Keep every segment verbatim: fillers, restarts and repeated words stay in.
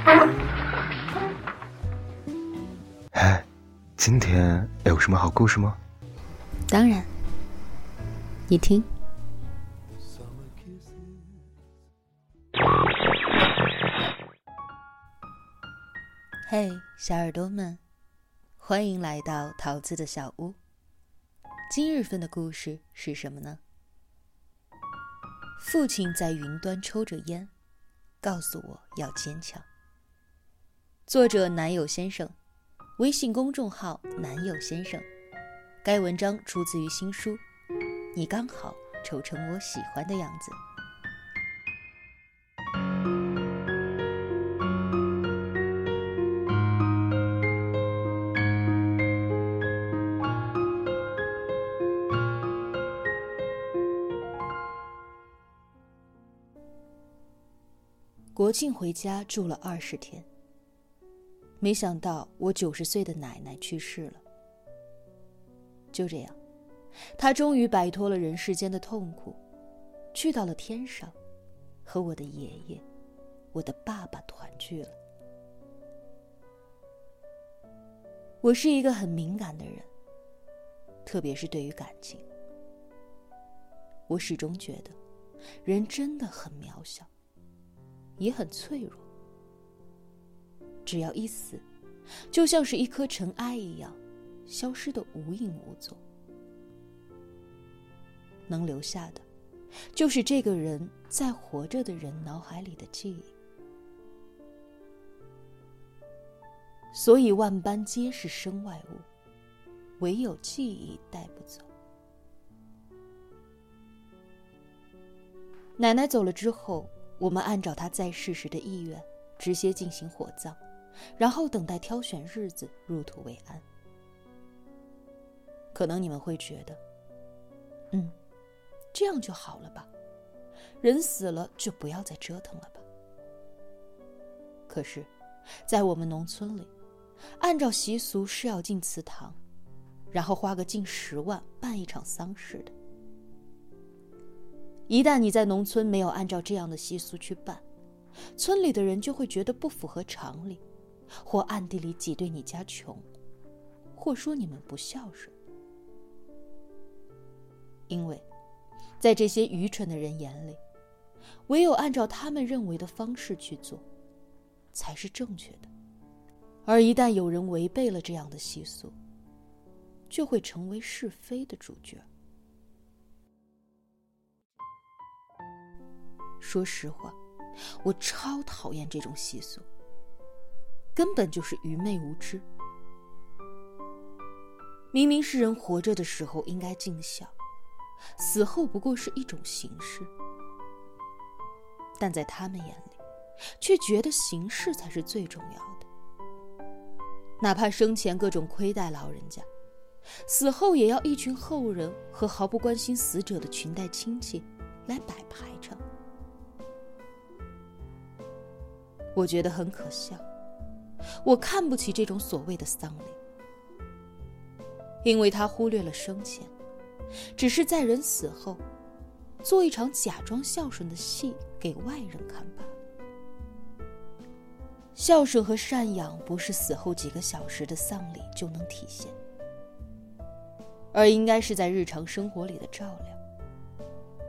哎，今天有什么好故事吗？ 当然，你听。嘿，小耳朵们，欢迎来到桃子的小屋。今日份的故事是什么呢？父亲在云端抽着烟，告诉我要坚强。作者男友先生，微信公众号男友先生。该文章出自于新书《你刚好丑成我喜欢的样子》。国庆回家住了二十天，没想到我九十岁的奶奶去世了。就这样，她终于摆脱了人世间的痛苦，去到了天上，和我的爷爷、我的爸爸团聚了。我是一个很敏感的人，特别是对于感情。我始终觉得，人真的很渺小。也很脆弱，只要一死，就像是一颗尘埃一样，消失得无影无踪。能留下的，就是这个人在活着的人脑海里的记忆。所以万般皆是身外物，唯有记忆带不走。奶奶走了之后，我们按照他在世时的意愿，直接进行火葬，然后等待挑选日子入土为安。可能你们会觉得，嗯，这样就好了吧，人死了就不要再折腾了吧。可是，在我们农村里，按照习俗是要进祠堂，然后花个近十万办一场丧事的。一旦你在农村没有按照这样的习俗去办，村里的人就会觉得不符合常理，或暗地里挤兑你家穷，或说你们不孝顺。因为在这些愚蠢的人眼里，唯有按照他们认为的方式去做，才是正确的。而一旦有人违背了这样的习俗，就会成为是非的主角。说实话，我超讨厌这种习俗，根本就是愚昧无知。明明是人活着的时候应该尽孝，死后不过是一种形式，但在他们眼里，却觉得形式才是最重要的。哪怕生前各种亏待老人家，死后也要一群后人和毫不关心死者的裙带亲戚来摆排场。我觉得很可笑，我看不起这种所谓的丧礼，因为他忽略了生前，只是在人死后做一场假装孝顺的戏给外人看罢了。孝顺和赡养不是死后几个小时的丧礼就能体现，而应该是在日常生活里的照料。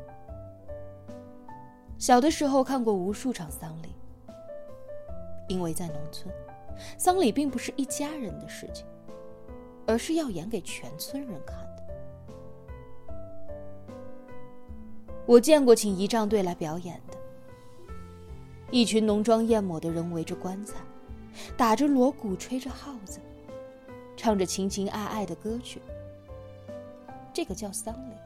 小的时候看过无数场丧礼，因为在农村，丧礼并不是一家人的事情，而是要演给全村人看的。我见过请仪仗队来表演的，一群浓妆艳抹的人围着棺材，打着锣鼓，吹着号子，唱着情情爱爱的歌曲，这个叫丧礼。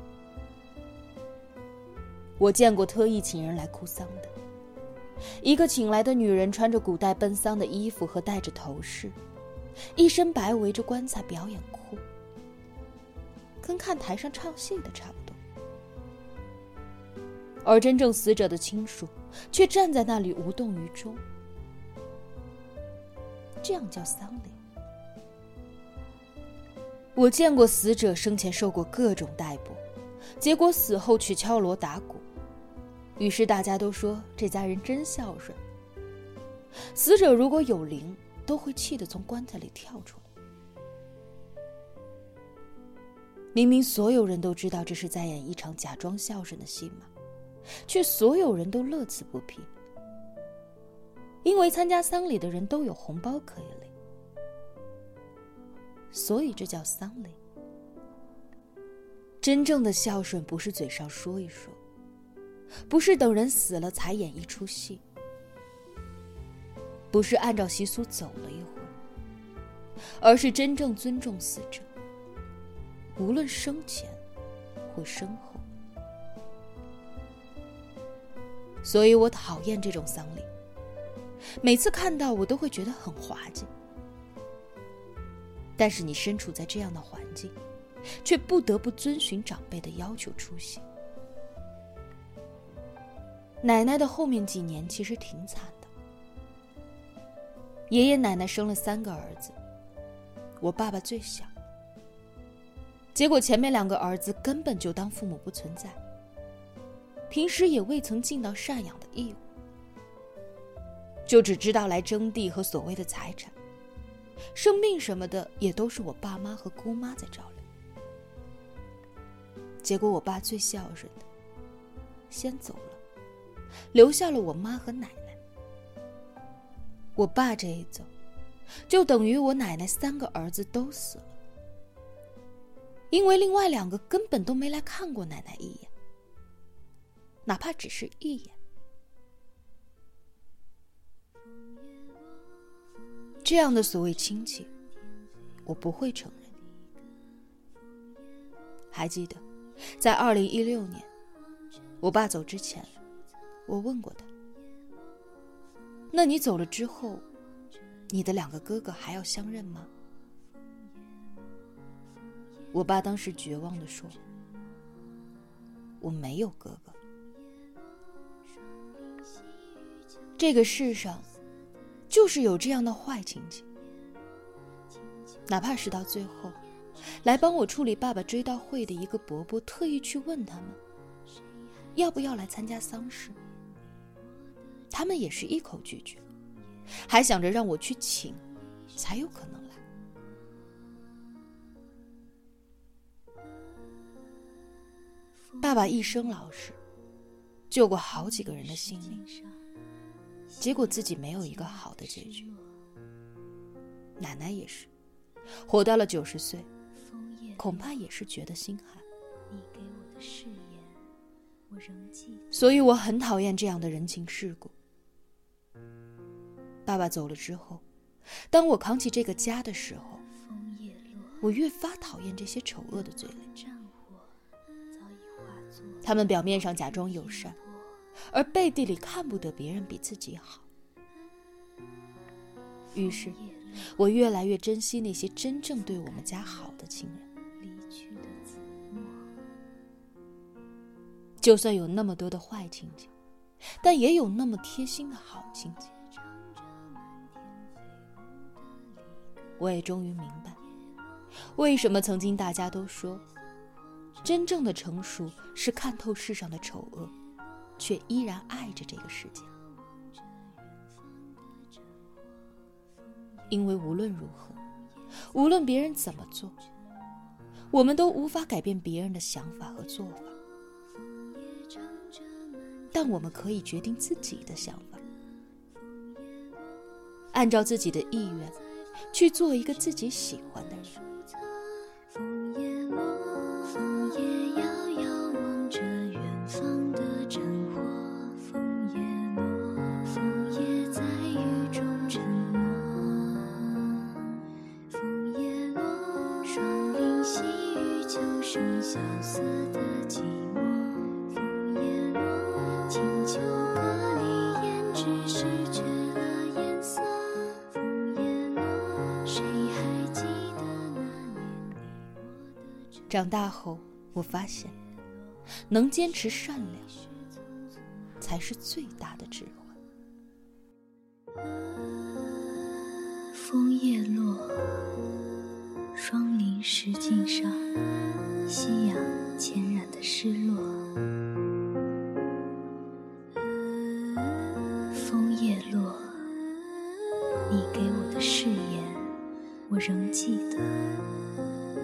我见过特意请人来哭丧的，一个请来的女人穿着古代奔丧的衣服和戴着头饰，一身白围着棺材表演哭，跟看台上唱戏的差不多。而真正死者的亲属却站在那里无动于衷，这样叫丧礼。我见过死者生前受过各种逮捕，结果死后去敲锣打鼓，于是大家都说这家人真孝顺。 死者如果有灵，都会气得从棺材里跳出来。明明所有人都知道这是在演一场假装孝顺的戏码，却所有人都乐此不疲，因为参加丧礼的人都有红包可以领，所以这叫丧礼。真正的孝顺不是嘴上说一说，不是等人死了才演一出戏，不是按照习俗走了一会儿，而是真正尊重死者，无论生前或身后。所以我讨厌这种丧礼，每次看到我都会觉得很滑稽。但是你身处在这样的环境，却不得不遵循长辈的要求出席。奶奶的后面几年其实挺惨的，爷爷奶奶生了三个儿子，我爸爸最小，结果前面两个儿子根本就当父母不存在，平时也未曾尽到赡养的义务，就只知道来征地和所谓的财产，生病什么的也都是我爸妈和姑妈在照料。结果我爸最孝顺的先走了，留下了我妈和奶奶。我爸这一走，就等于我奶奶三个儿子都死了，因为另外两个根本都没来看过奶奶一眼，哪怕只是一眼。这样的所谓亲戚，我不会承认。还记得在二零一六年我爸走之前，我问过他，那你走了之后，你的两个哥哥还要相认吗？我爸当时绝望地说，我没有哥哥。这个世上就是有这样的坏亲戚，哪怕是到最后来帮我处理爸爸追悼会的一个伯伯特意去问他们要不要来参加丧事，他们也是一口拒绝，还想着让我去请才有可能来。爸爸一生老实，救过好几个人的性命，结果自己没有一个好的结局。奶奶也是，活到了九十岁，恐怕也是觉得心寒。所以我很讨厌这样的人情世故。爸爸走了之后，当我扛起这个家的时候，我越发讨厌这些丑恶的罪类。他们表面上假装友善，而背地里看不得别人比自己好。于是我越来越珍惜那些真正对我们家好的亲人。就算有那么多的坏亲戚，但也有那么贴心的好亲戚。我也终于明白，为什么曾经大家都说，真正的成熟是看透世上的丑恶，却依然爱着这个世界。因为无论如何，无论别人怎么做，我们都无法改变别人的想法和做法，但我们可以决定自己的想法，按照自己的意愿去做一个自己喜欢的人。 枫叶落，枫叶摇摇望着远方的战火，枫叶落，枫叶在雨中沉默，枫叶落，霜林细雨秋声萧瑟的寂寞，枫叶落，清秋歌里胭脂失去了颜色，枫叶落，谁还记得那年里。 长大后，我发现，能坚持善良，才是最大的智慧。 枫叶落，霜林石径上，夕阳浅染的失落。枫叶落， 你给我的誓言，我仍记得。